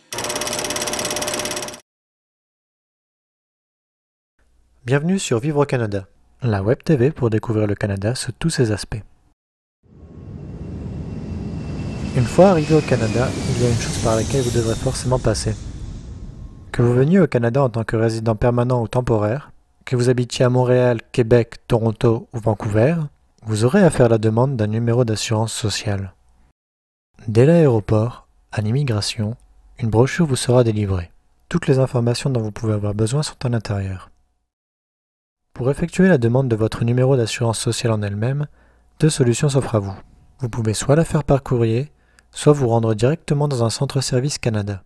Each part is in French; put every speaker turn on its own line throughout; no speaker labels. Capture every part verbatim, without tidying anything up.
Bienvenue sur Vivre au Canada, la web T V pour découvrir le Canada sous tous ses aspects. Une fois arrivé au Canada, il y a une chose par laquelle vous devrez forcément passer. Que vous veniez au Canada en tant que résident permanent ou temporaire, que vous habitiez à Montréal, Québec, Toronto ou Vancouver, vous aurez à faire la demande d'un numéro d'assurance sociale. Dès l'aéroport, à l'immigration, une brochure vous sera délivrée. Toutes les informations dont vous pouvez avoir besoin sont à l'intérieur. Pour effectuer la demande de votre numéro d'assurance sociale en elle-même, deux solutions s'offrent à vous. Vous pouvez soit la faire par courrier, soit vous rendre directement dans un centre-service Canada.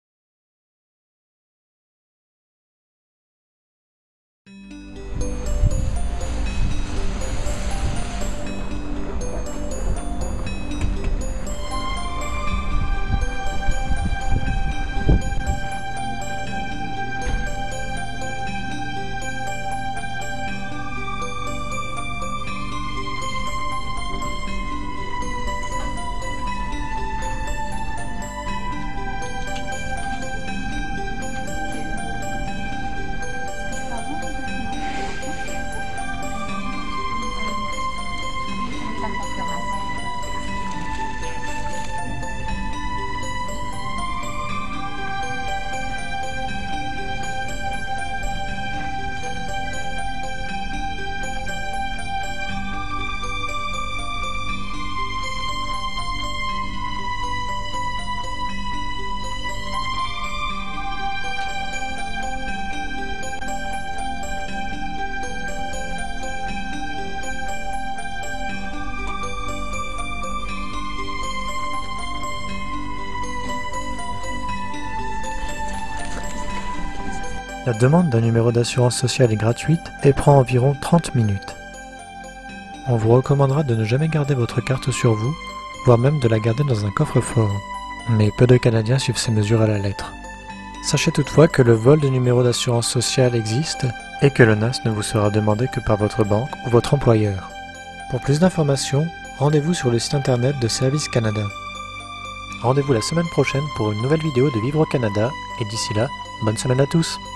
La demande d'un numéro d'assurance sociale est gratuite et prend environ trente minutes. On vous recommandera de ne jamais garder votre carte sur vous, voire même de la garder dans un coffre-fort. Mais peu de Canadiens suivent ces mesures à la lettre. Sachez toutefois que le vol de numéro d'assurance sociale existe et que le N A S ne vous sera demandé que par votre banque ou votre employeur. Pour plus d'informations, rendez-vous sur le site internet de Service Canada. Rendez-vous la semaine prochaine pour une nouvelle vidéo de Vivre au Canada et d'ici là, bonne semaine à tous!